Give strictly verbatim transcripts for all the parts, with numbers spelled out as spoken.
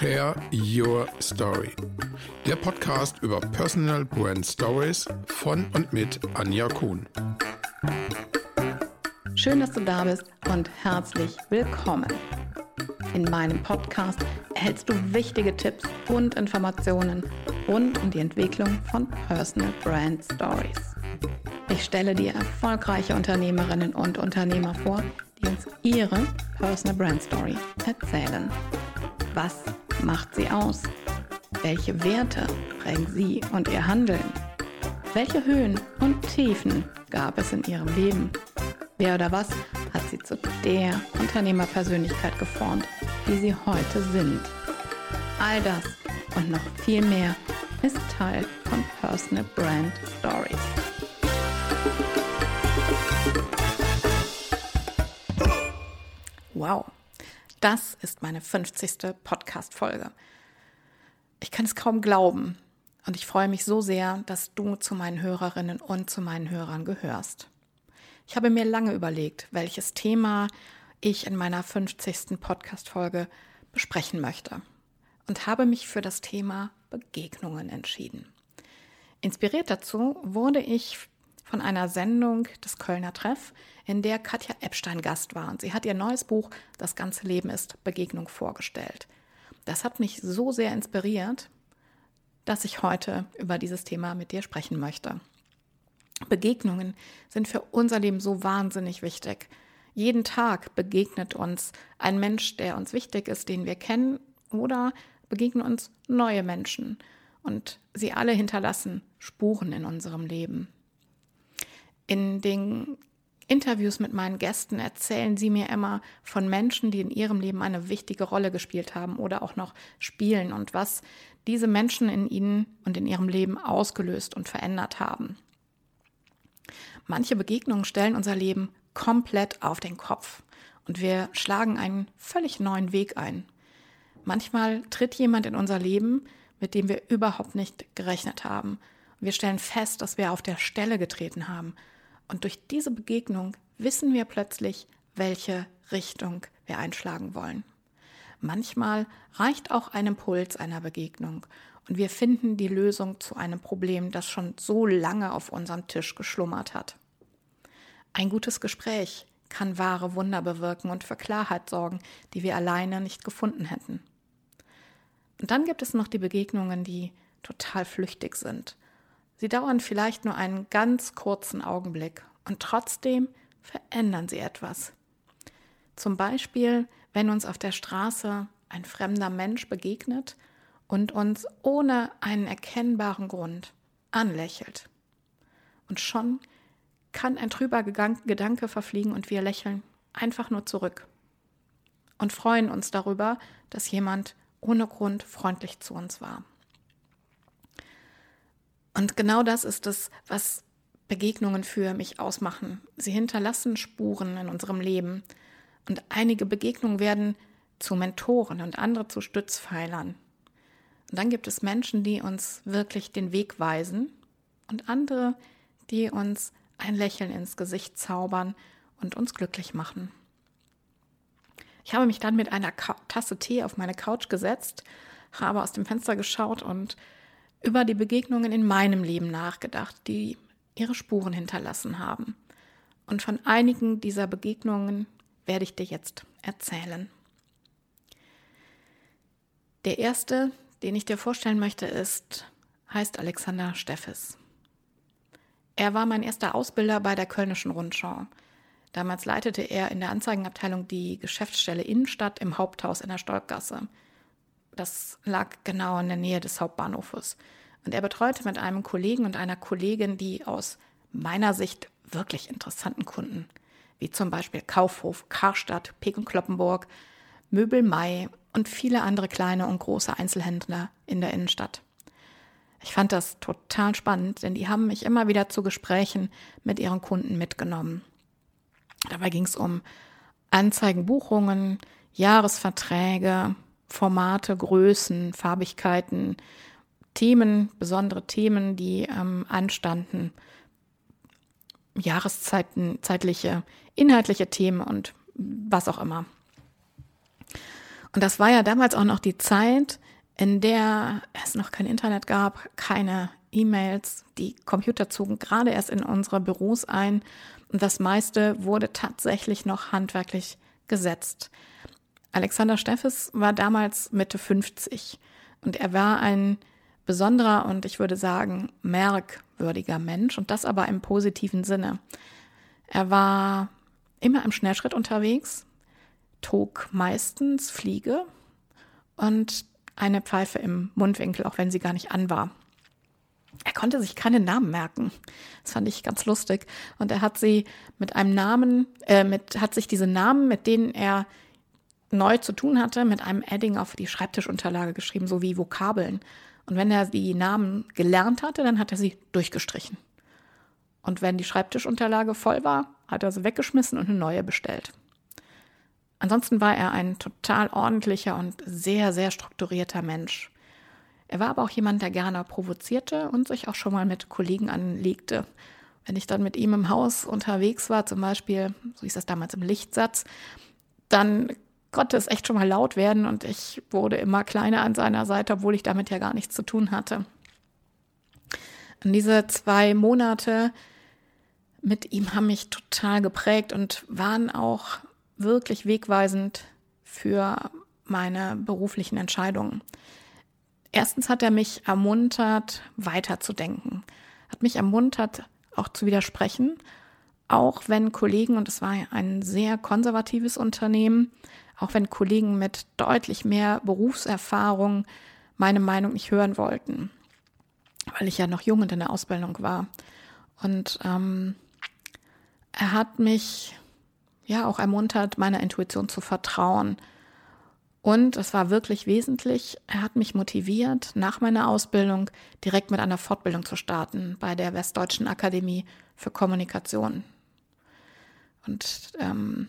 Share Your Story. Der Podcast über Personal Brand Stories von und mit Anja Kuhn. Schön, dass du da bist und herzlich willkommen. In meinem Podcast erhältst du wichtige Tipps und Informationen rund um die Entwicklung von Personal Brand Stories. Ich stelle dir erfolgreiche Unternehmerinnen und Unternehmer vor, die uns ihre Personal Brand Story erzählen. Was macht sie aus? Welche Werte prägen sie und ihr Handeln? Welche Höhen und Tiefen gab es in ihrem Leben? Wer oder was hat sie zu der Unternehmerpersönlichkeit geformt, die sie heute sind? All das und noch viel mehr ist Teil von Personal Brand Stories. Wow, das ist meine fünfzigste Podcast-Folge. Ich kann es kaum glauben und ich freue mich so sehr, dass du zu meinen Hörerinnen und zu meinen Hörern gehörst. Ich habe mir lange überlegt, welches Thema ich in meiner fünfzigsten Podcast-Folge besprechen möchte und habe mich für das Thema Begegnungen entschieden. Inspiriert dazu wurde ich von einer Sendung des Kölner Treff, in der Katja Epstein Gast war. Und sie hat ihr neues Buch Das ganze Leben ist Begegnung vorgestellt. Das hat mich so sehr inspiriert, dass ich heute über dieses Thema mit dir sprechen möchte. Begegnungen sind für unser Leben so wahnsinnig wichtig. Jeden Tag begegnet uns ein Mensch, der uns wichtig ist, den wir kennen, oder begegnen uns neue Menschen. Und sie alle hinterlassen Spuren in unserem Leben. In den Interviews mit meinen Gästen erzählen sie mir immer von Menschen, die in ihrem Leben eine wichtige Rolle gespielt haben oder auch noch spielen und was diese Menschen in ihnen und in ihrem Leben ausgelöst und verändert haben. Manche Begegnungen stellen unser Leben komplett auf den Kopf und wir schlagen einen völlig neuen Weg ein. Manchmal tritt jemand in unser Leben, mit dem wir überhaupt nicht gerechnet haben. Wir stellen fest, dass wir auf der Stelle getreten haben. Und durch diese Begegnung wissen wir plötzlich, welche Richtung wir einschlagen wollen. Manchmal reicht auch ein Impuls einer Begegnung und wir finden die Lösung zu einem Problem, das schon so lange auf unserem Tisch geschlummert hat. Ein gutes Gespräch kann wahre Wunder bewirken und für Klarheit sorgen, die wir alleine nicht gefunden hätten. Und dann gibt es noch die Begegnungen, die total flüchtig sind. Sie dauern vielleicht nur einen ganz kurzen Augenblick und trotzdem verändern sie etwas. Zum Beispiel, wenn uns auf der Straße ein fremder Mensch begegnet und uns ohne einen erkennbaren Grund anlächelt. Und schon kann ein trüber Gedanke verfliegen und wir lächeln einfach nur zurück und freuen uns darüber, dass jemand ohne Grund freundlich zu uns war. Und genau das ist es, was Begegnungen für mich ausmachen. Sie hinterlassen Spuren in unserem Leben. Und einige Begegnungen werden zu Mentoren und andere zu Stützpfeilern. Und dann gibt es Menschen, die uns wirklich den Weg weisen und andere, die uns ein Lächeln ins Gesicht zaubern und uns glücklich machen. Ich habe mich dann mit einer Tasse Tee auf meine Couch gesetzt, habe aus dem Fenster geschaut und über die Begegnungen in meinem Leben nachgedacht, die ihre Spuren hinterlassen haben. Und von einigen dieser Begegnungen werde ich dir jetzt erzählen. Der erste, den ich dir vorstellen möchte, ist, heißt Alexander Steffes. Er war mein erster Ausbilder bei der Kölnischen Rundschau. Damals leitete er in der Anzeigenabteilung die Geschäftsstelle Innenstadt im Haupthaus in der Stolpgasse. Das lag genau in der Nähe des Hauptbahnhofes. Und er betreute mit einem Kollegen und einer Kollegin die aus meiner Sicht wirklich interessanten Kunden, wie zum Beispiel Kaufhof, Karstadt, Peek und Cloppenburg, Möbel May und viele andere kleine und große Einzelhändler in der Innenstadt. Ich fand das total spannend, denn die haben mich immer wieder zu Gesprächen mit ihren Kunden mitgenommen. Dabei ging es um Anzeigenbuchungen, Jahresverträge, Formate, Größen, Farbigkeiten, Themen, besondere Themen, die ähm, anstanden, Jahreszeiten, zeitliche, inhaltliche Themen und was auch immer. Und das war ja damals auch noch die Zeit, in der es noch kein Internet gab, keine E-Mails, die Computer zogen gerade erst in unsere Büros ein und das meiste wurde tatsächlich noch handwerklich gesetzt. Alexander Steffes war damals Mitte fünfzig und er war ein besonderer und ich würde sagen merkwürdiger Mensch und das aber im positiven Sinne. Er war immer im Schnellschritt unterwegs, trug meistens Fliege und eine Pfeife im Mundwinkel, auch wenn sie gar nicht an war. Er konnte sich keine Namen merken. Das fand ich ganz lustig. Und er hat sie mit einem Namen, äh, mit, hat sich diese Namen, mit denen er neu zu tun hatte, mit einem Edding auf die Schreibtischunterlage geschrieben, so wie Vokabeln. Und wenn er die Namen gelernt hatte, dann hat er sie durchgestrichen. Und wenn die Schreibtischunterlage voll war, hat er sie weggeschmissen und eine neue bestellt. Ansonsten war er ein total ordentlicher und sehr, sehr strukturierter Mensch. Er war aber auch jemand, der gerne provozierte und sich auch schon mal mit Kollegen anlegte. Wenn ich dann mit ihm im Haus unterwegs war, zum Beispiel, so hieß das damals im Lichtsatz, dann konnte es echt schon mal laut werden und ich wurde immer kleiner an seiner Seite, obwohl ich damit ja gar nichts zu tun hatte. Und diese zwei Monate mit ihm haben mich total geprägt und waren auch wirklich wegweisend für meine beruflichen Entscheidungen. Erstens hat er mich ermuntert, weiterzudenken, hat mich ermuntert, auch zu widersprechen, auch wenn Kollegen, und es war ein sehr konservatives Unternehmen, auch wenn Kollegen mit deutlich mehr Berufserfahrung meine Meinung nicht hören wollten, weil ich ja noch jung und in der Ausbildung war. Und ähm, er hat mich ja auch ermuntert, meiner Intuition zu vertrauen. Und es war wirklich wesentlich, er hat mich motiviert, nach meiner Ausbildung direkt mit einer Fortbildung zu starten bei der Westdeutschen Akademie für Kommunikation. Und ähm,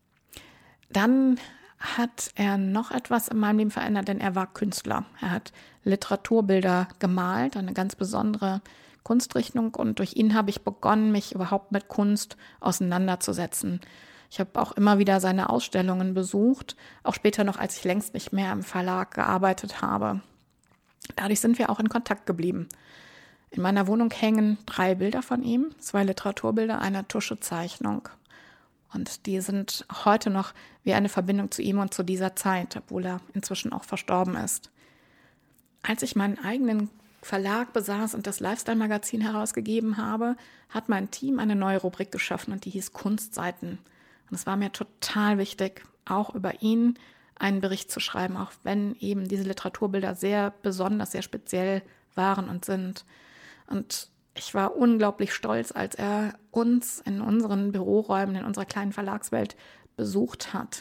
dann hat er noch etwas in meinem Leben verändert, denn er war Künstler. Er hat Literaturbilder gemalt, eine ganz besondere Kunstrichtung. Und durch ihn habe ich begonnen, mich überhaupt mit Kunst auseinanderzusetzen. Ich habe auch immer wieder seine Ausstellungen besucht, auch später noch, als ich längst nicht mehr im Verlag gearbeitet habe. Dadurch sind wir auch in Kontakt geblieben. In meiner Wohnung hängen drei Bilder von ihm, zwei Literaturbilder, eine Tuschezeichnung. Und die sind heute noch wie eine Verbindung zu ihm und zu dieser Zeit, obwohl er inzwischen auch verstorben ist. Als ich meinen eigenen Verlag besaß und das Lifestyle-Magazin herausgegeben habe, hat mein Team eine neue Rubrik geschaffen und die hieß Kunstseiten. Und es war mir total wichtig, auch über ihn einen Bericht zu schreiben, auch wenn eben diese Literaturbilder sehr besonders, sehr speziell waren und sind. Und ich war unglaublich stolz, als er uns in unseren Büroräumen, in unserer kleinen Verlagswelt besucht hat.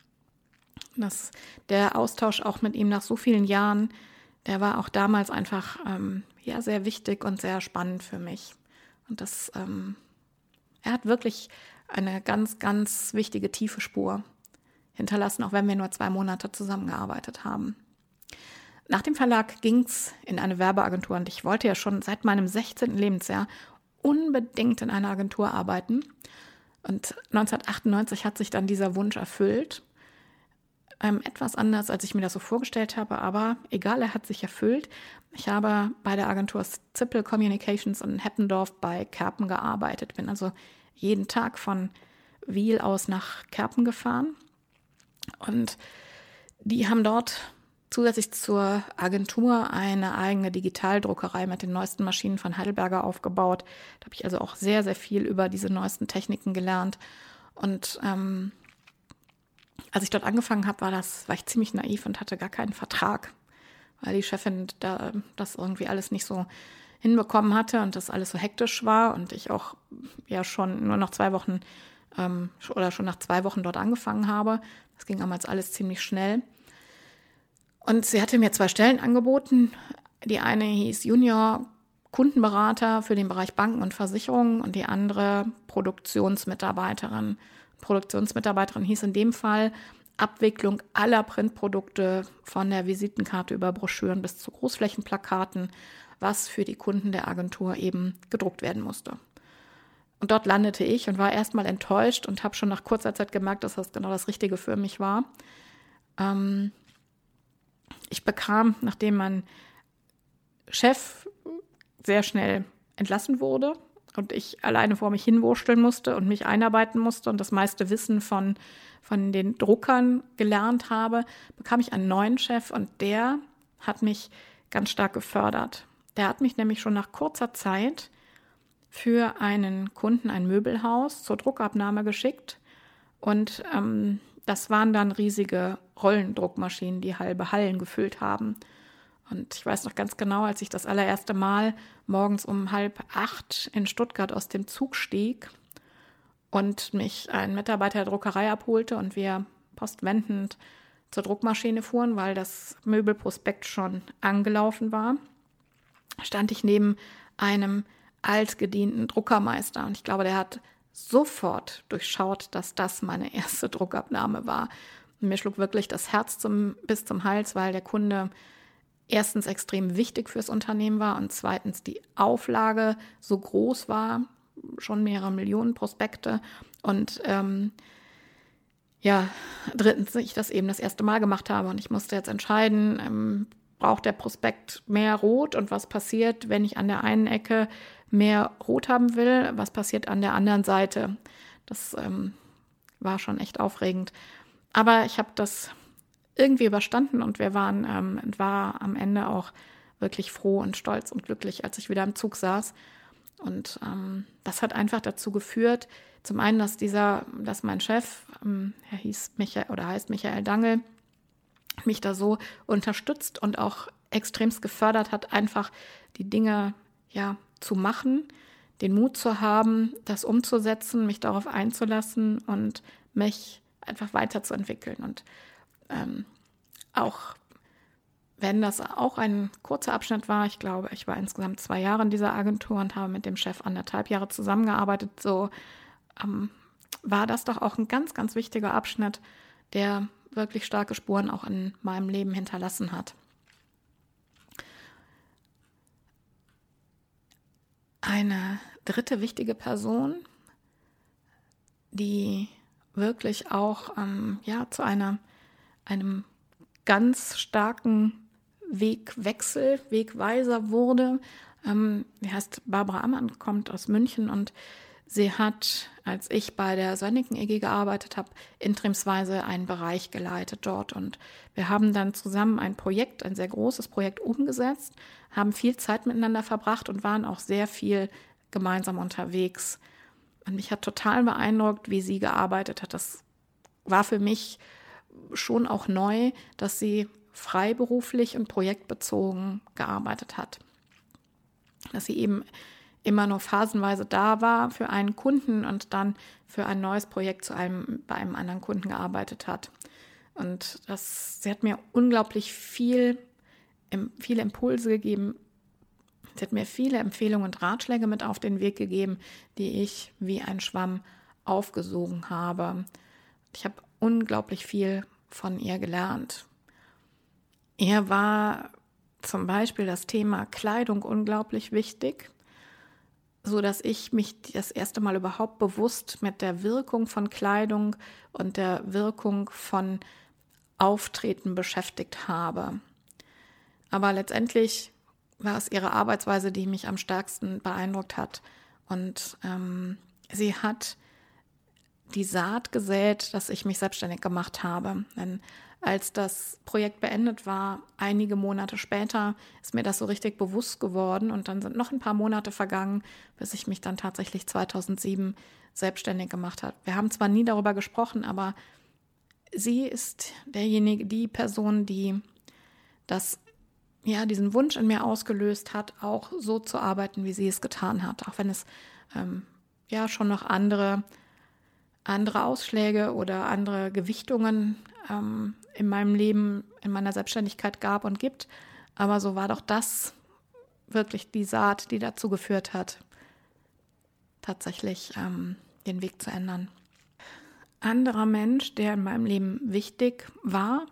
Das, der Austausch auch mit ihm nach so vielen Jahren, der war auch damals einfach ähm, ja, sehr wichtig und sehr spannend für mich. Und das, ähm, er hat wirklich eine ganz, ganz wichtige, tiefe Spur hinterlassen, auch wenn wir nur zwei Monate zusammengearbeitet haben. Nach dem Verlag ging es in eine Werbeagentur und ich wollte ja schon seit meinem sechzehnten Lebensjahr unbedingt in einer Agentur arbeiten. Und neunzehnhundertachtundneunzig hat sich dann dieser Wunsch erfüllt. Ähm, etwas anders, als ich mir das so vorgestellt habe, aber egal, er hat sich erfüllt. Ich habe bei der Agentur Zippel Communications in Heppendorf bei Kerpen gearbeitet, bin also jeden Tag von Wiel aus nach Kerpen gefahren. Und die haben dort zusätzlich zur Agentur eine eigene Digitaldruckerei mit den neuesten Maschinen von Heidelberger aufgebaut. Da habe ich also auch sehr, sehr viel über diese neuesten Techniken gelernt. Und ähm, als ich dort angefangen habe, war das, war ich ziemlich naiv und hatte gar keinen Vertrag, weil die Chefin da das irgendwie alles nicht so hinbekommen hatte und das alles so hektisch war und ich auch ja schon nur noch zwei Wochen ähm, oder schon nach zwei Wochen dort angefangen habe. Das ging damals alles ziemlich schnell. Und sie hatte mir zwei Stellen angeboten. Die eine hieß Junior Kundenberater für den Bereich Banken und Versicherungen und die andere Produktionsmitarbeiterin. Produktionsmitarbeiterin hieß in dem Fall Abwicklung aller Printprodukte von der Visitenkarte über Broschüren bis zu Großflächenplakaten, was für die Kunden der Agentur eben gedruckt werden musste. Und dort landete ich und war erstmal enttäuscht und habe schon nach kurzer Zeit gemerkt, dass das genau das Richtige für mich war. Ähm, ich bekam, nachdem mein Chef sehr schnell entlassen wurde und ich alleine vor mich hinwursteln musste und mich einarbeiten musste und das meiste Wissen von, von den Druckern gelernt habe, bekam ich einen neuen Chef und der hat mich ganz stark gefördert. Der hat mich nämlich schon nach kurzer Zeit für einen Kunden, ein Möbelhaus, zur Druckabnahme geschickt. Und ähm, das waren dann riesige Rollendruckmaschinen, die halbe Hallen gefüllt haben. Und ich weiß noch ganz genau, als ich das allererste Mal morgens um halb acht in Stuttgart aus dem Zug stieg und mich ein Mitarbeiter der Druckerei abholte und wir postwendend zur Druckmaschine fuhren, weil das Möbelprospekt schon angelaufen war, stand ich neben einem altgedienten Druckermeister. Und ich glaube, der hat sofort durchschaut, dass das meine erste Druckabnahme war. Und mir schlug wirklich das Herz zum, bis zum Hals, weil der Kunde erstens extrem wichtig fürs Unternehmen war und zweitens die Auflage so groß war, schon mehrere Millionen Prospekte. Und ähm, ja, drittens, ich das eben das erste Mal gemacht habe und ich musste jetzt entscheiden, ähm, braucht der Prospekt mehr Rot und was passiert, wenn ich an der einen Ecke mehr Rot haben will, was passiert an der anderen Seite. Das ähm, war schon echt aufregend. Aber ich habe das irgendwie überstanden und wir waren, ähm, war am Ende auch wirklich froh und stolz und glücklich, als ich wieder im Zug saß. Und ähm, das hat einfach dazu geführt, zum einen, dass dieser, dass mein Chef, ähm, er hieß Michael oder heißt Michael Dangel, mich da so unterstützt und auch extremst gefördert hat, einfach die Dinge ja zu machen, den Mut zu haben, das umzusetzen, mich darauf einzulassen und mich einfach weiterzuentwickeln. Und ähm, auch wenn das auch ein kurzer Abschnitt war, ich glaube, ich war insgesamt zwei Jahre in dieser Agentur und habe mit dem Chef anderthalb Jahre zusammengearbeitet, so ähm, war das doch auch ein ganz, ganz wichtiger Abschnitt, der wirklich starke Spuren auch in meinem Leben hinterlassen hat. Eine dritte wichtige Person, die wirklich auch ähm, ja, zu einer, einem ganz starken Wegwechsel, Wegweiser wurde, ähm, die heißt Barbara Ammann, kommt aus München und sie hat, als ich bei der Sönneken E G gearbeitet habe, interimsweise einen Bereich geleitet dort. Und wir haben dann zusammen ein Projekt, ein sehr großes Projekt umgesetzt, haben viel Zeit miteinander verbracht und waren auch sehr viel gemeinsam unterwegs. Und mich hat total beeindruckt, wie sie gearbeitet hat. Das war für mich schon auch neu, dass sie freiberuflich und projektbezogen gearbeitet hat. Dass sie eben immer nur phasenweise da war für einen Kunden und dann für ein neues Projekt zu einem, bei einem anderen Kunden gearbeitet hat. Und das, sie hat mir unglaublich viel, viele Impulse gegeben. Sie hat mir viele Empfehlungen und Ratschläge mit auf den Weg gegeben, die ich wie ein Schwamm aufgesogen habe. Ich habe unglaublich viel von ihr gelernt. Ihr war zum Beispiel das Thema Kleidung unglaublich wichtig, so dass ich mich das erste Mal überhaupt bewusst mit der Wirkung von Kleidung und der Wirkung von Auftreten beschäftigt habe. Aber letztendlich war es ihre Arbeitsweise, die mich am stärksten beeindruckt hat. Und ähm, sie hat die Saat gesät, dass ich mich selbstständig gemacht habe. Denn als das Projekt beendet war, einige Monate später, ist mir das so richtig bewusst geworden. Und dann sind noch ein paar Monate vergangen, bis ich mich dann tatsächlich zweitausendsieben selbstständig gemacht habe. Wir haben zwar nie darüber gesprochen, aber sie ist derjenige, die Person, die das, ja, diesen Wunsch in mir ausgelöst hat, auch so zu arbeiten, wie sie es getan hat. Auch wenn es ähm, ja schon noch andere andere Ausschläge oder andere Gewichtungen ähm, in meinem Leben, in meiner Selbstständigkeit gab und gibt. Aber so war doch das wirklich die Saat, die dazu geführt hat, tatsächlich ähm, den Weg zu ändern. Anderer Mensch, der in meinem Leben wichtig war,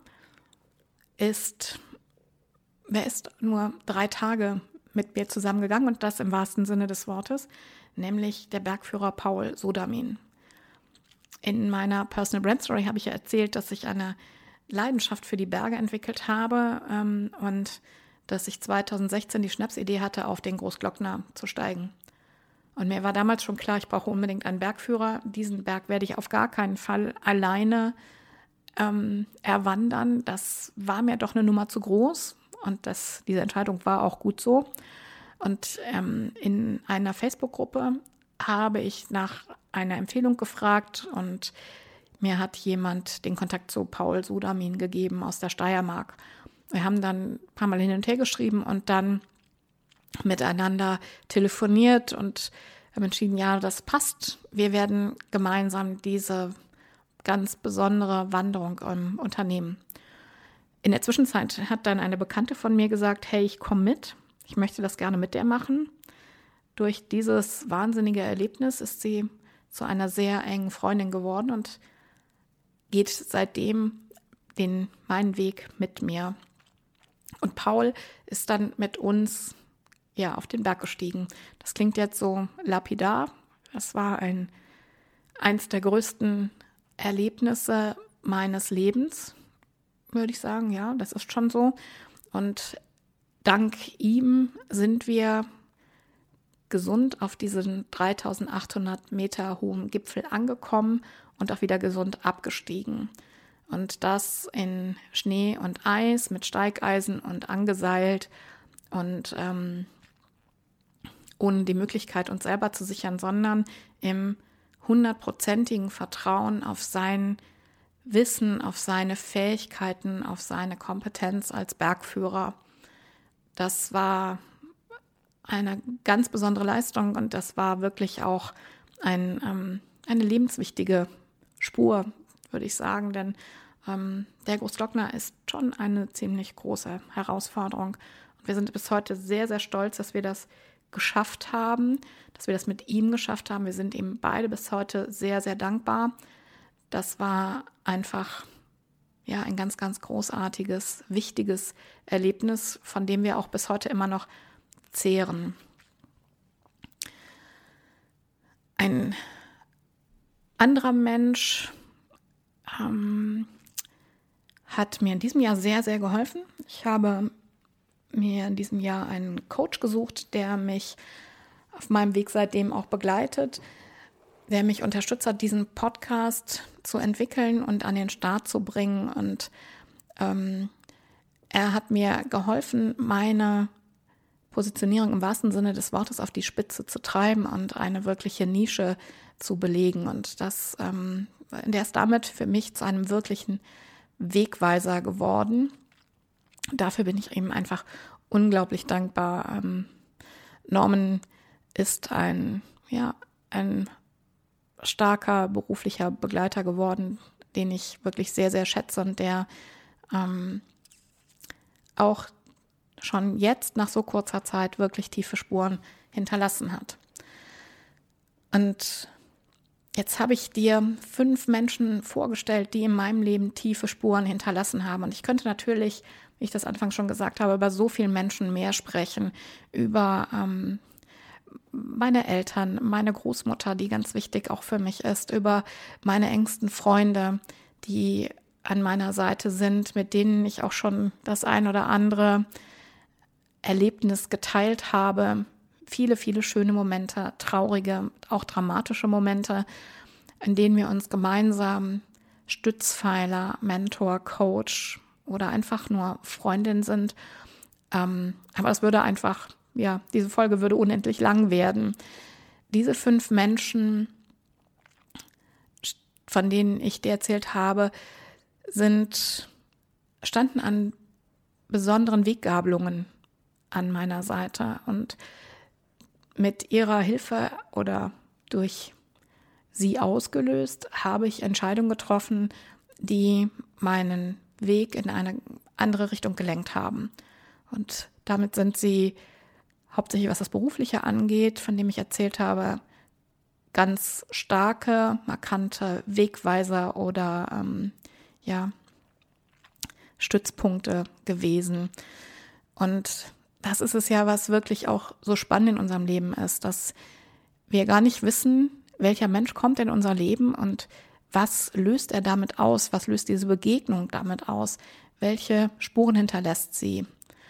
ist, wer ist nur drei Tage mit mir zusammengegangen und das im wahrsten Sinne des Wortes, nämlich der Bergführer Paul Sodamin. In meiner Personal Brand Story habe ich ja erzählt, dass ich eine Leidenschaft für die Berge entwickelt habe ähm, und dass ich zweitausendsechzehn die Schnapsidee hatte, auf den Großglockner zu steigen. Und mir war damals schon klar, ich brauche unbedingt einen Bergführer. Diesen Berg werde ich auf gar keinen Fall alleine ähm, erwandern. Das war mir doch eine Nummer zu groß und das, diese Entscheidung war auch gut so. Und ähm, in einer Facebook-Gruppe habe ich nach einer Empfehlung gefragt und mir hat jemand den Kontakt zu Paul Sudamin gegeben aus der Steiermark. Wir haben dann ein paar Mal hin und her geschrieben und dann miteinander telefoniert und haben entschieden, ja, das passt. Wir werden gemeinsam diese ganz besondere Wanderung ähm, unternehmen. In der Zwischenzeit hat dann eine Bekannte von mir gesagt, hey, ich komme mit. Ich möchte das gerne mit dir machen. Durch dieses wahnsinnige Erlebnis ist sie zu einer sehr engen Freundin geworden und geht seitdem den meinen Weg mit mir. Und Paul ist dann mit uns ja auf den Berg gestiegen. Das klingt jetzt so lapidar. Das war ein eins der größten Erlebnisse meines Lebens, würde ich sagen. Ja, das ist schon so. Und dank ihm sind wir gesund auf diesen dreitausendachthundert Meter hohen Gipfel angekommen und auch wieder gesund abgestiegen. Und das in Schnee und Eis, mit Steigeisen und angeseilt und ähm, ohne die Möglichkeit, uns selber zu sichern, sondern im hundertprozentigen Vertrauen auf sein Wissen, auf seine Fähigkeiten, auf seine Kompetenz als Bergführer. Das war eine ganz besondere Leistung und das war wirklich auch ein, ähm, eine lebenswichtige Spur, würde ich sagen, denn ähm, der Großglockner ist schon eine ziemlich große Herausforderung. Und wir sind bis heute sehr, sehr stolz, dass wir das geschafft haben, dass wir das mit ihm geschafft haben. Wir sind ihm beide bis heute sehr, sehr dankbar. Das war einfach ja ein ganz, ganz großartiges, wichtiges Erlebnis, von dem wir auch bis heute immer noch zehren. Ein anderer Mensch ähm, hat mir in diesem Jahr sehr, sehr geholfen. Ich habe mir in diesem Jahr einen Coach gesucht, der mich auf meinem Weg seitdem auch begleitet, der mich unterstützt hat, diesen Podcast zu entwickeln und an den Start zu bringen. Und ähm, er hat mir geholfen, meine Positionierung im wahrsten Sinne des Wortes auf die Spitze zu treiben und eine wirkliche Nische zu belegen. Und das, ähm, der ist damit für mich zu einem wirklichen Wegweiser geworden. Dafür bin ich ihm einfach unglaublich dankbar. Ähm, Norman ist ein, ja, ein starker beruflicher Begleiter geworden, den ich wirklich sehr, sehr schätze und der ähm, auch schon jetzt nach so kurzer Zeit wirklich tiefe Spuren hinterlassen hat. Und jetzt habe ich dir fünf Menschen vorgestellt, die in meinem Leben tiefe Spuren hinterlassen haben. Und ich könnte natürlich, wie ich das anfangs schon gesagt habe, über so viele Menschen mehr sprechen, über ähm, meine Eltern, meine Großmutter, die ganz wichtig auch für mich ist, über meine engsten Freunde, die an meiner Seite sind, mit denen ich auch schon das ein oder andere Erlebnis geteilt habe. Viele, viele schöne Momente, traurige, auch dramatische Momente, in denen wir uns gemeinsam Stützpfeiler, Mentor, Coach oder einfach nur Freundin sind. Ähm, aber es würde einfach, ja, diese Folge würde unendlich lang werden. Diese fünf Menschen, von denen ich dir erzählt habe, sind, standen an besonderen Weggabelungen an meiner Seite und mit ihrer Hilfe oder durch sie ausgelöst, habe ich Entscheidungen getroffen, die meinen Weg in eine andere Richtung gelenkt haben. Und damit sind sie hauptsächlich, was das Berufliche angeht, von dem ich erzählt habe, ganz starke, markante Wegweiser oder ähm, ja, Stützpunkte gewesen. Und das ist es ja, was wirklich auch so spannend in unserem Leben ist, dass wir gar nicht wissen, welcher Mensch kommt in unser Leben und Was löst er damit aus? Was löst diese Begegnung damit aus? Welche Spuren hinterlässt sie?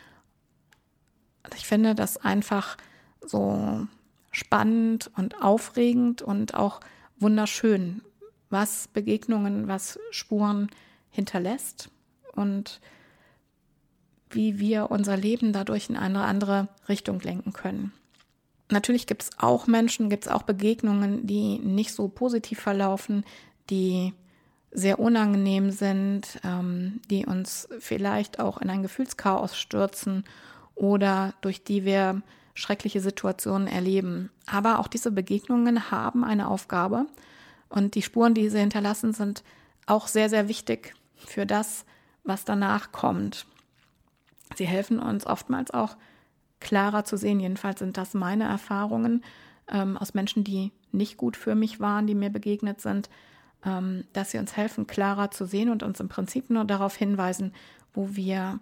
Ich finde das einfach so spannend und aufregend und auch wunderschön, was Begegnungen, was Spuren hinterlässt und wie wir unser Leben dadurch in eine andere Richtung lenken können. Natürlich gibt es auch Menschen, gibt es auch Begegnungen, die nicht so positiv verlaufen, die sehr unangenehm sind, ähm, die uns vielleicht auch in ein Gefühlschaos stürzen oder durch die wir schreckliche Situationen erleben. Aber auch diese Begegnungen haben eine Aufgabe und die Spuren, die sie hinterlassen, sind auch sehr, sehr wichtig für das, was danach kommt. Sie helfen uns oftmals auch klarer zu sehen, jedenfalls sind das meine Erfahrungen ähm, aus Menschen, die nicht gut für mich waren, die mir begegnet sind, ähm, dass sie uns helfen, klarer zu sehen und uns im Prinzip nur darauf hinweisen, wo wir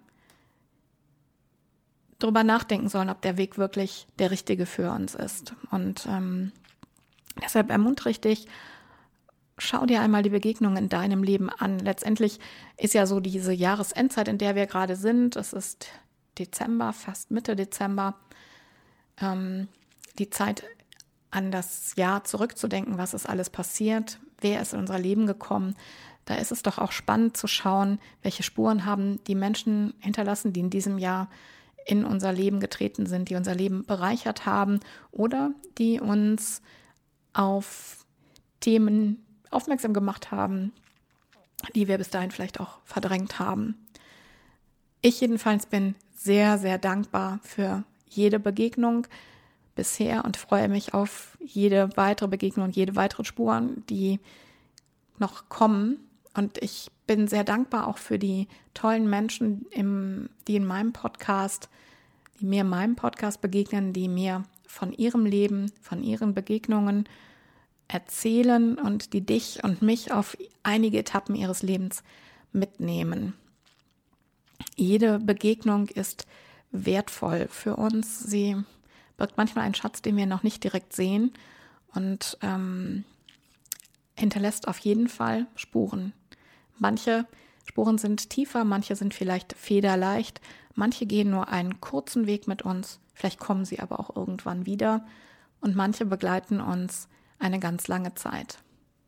drüber nachdenken sollen, ob der Weg wirklich der richtige für uns ist. Und ähm, deshalb ermuntere ich dich, schau dir einmal die Begegnungen in deinem Leben an. Letztendlich ist ja so diese Jahresendzeit, in der wir gerade sind. Es ist Dezember, fast Mitte Dezember. Ähm, die Zeit, an das Jahr zurückzudenken, was ist alles passiert, wer ist in unser Leben gekommen. Da ist es doch auch spannend zu schauen, welche Spuren haben die Menschen hinterlassen, die in diesem Jahr in unser Leben getreten sind, die unser Leben bereichert haben oder die uns auf Themen aufmerksam gemacht haben, die wir bis dahin vielleicht auch verdrängt haben. Ich jedenfalls bin sehr, sehr dankbar für jede Begegnung bisher und freue mich auf jede weitere Begegnung und jede weitere Spuren, die noch kommen. Und ich bin sehr dankbar auch für die tollen Menschen, im, die in meinem Podcast, die mir in meinem Podcast begegnen, die mir von ihrem Leben, von ihren Begegnungen erzählen und die dich und mich auf einige Etappen ihres Lebens mitnehmen. Jede Begegnung ist wertvoll für uns. Sie birgt manchmal einen Schatz, den wir noch nicht direkt sehen und ähm, hinterlässt auf jeden Fall Spuren. Manche Spuren sind tiefer, manche sind vielleicht federleicht, manche gehen nur einen kurzen Weg mit uns, vielleicht kommen sie aber auch irgendwann wieder und manche begleiten uns eine ganz lange Zeit.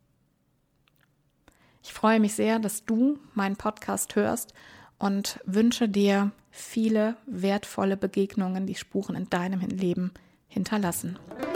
Ich freue mich sehr, dass du meinen Podcast hörst und wünsche dir viele wertvolle Begegnungen, die Spuren in deinem Leben hinterlassen.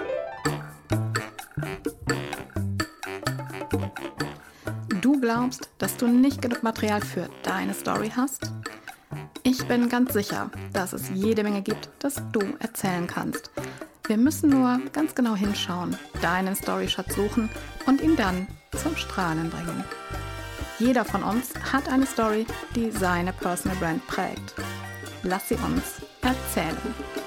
Du glaubst, dass du nicht genug Material für deine Story hast? Ich bin ganz sicher, dass es jede Menge gibt, das du erzählen kannst. Wir müssen nur ganz genau hinschauen, deinen Storyschatz suchen und ihn dann zum Strahlen bringen. Jeder von uns hat eine Story, die seine Personal Brand prägt. Lass sie uns erzählen.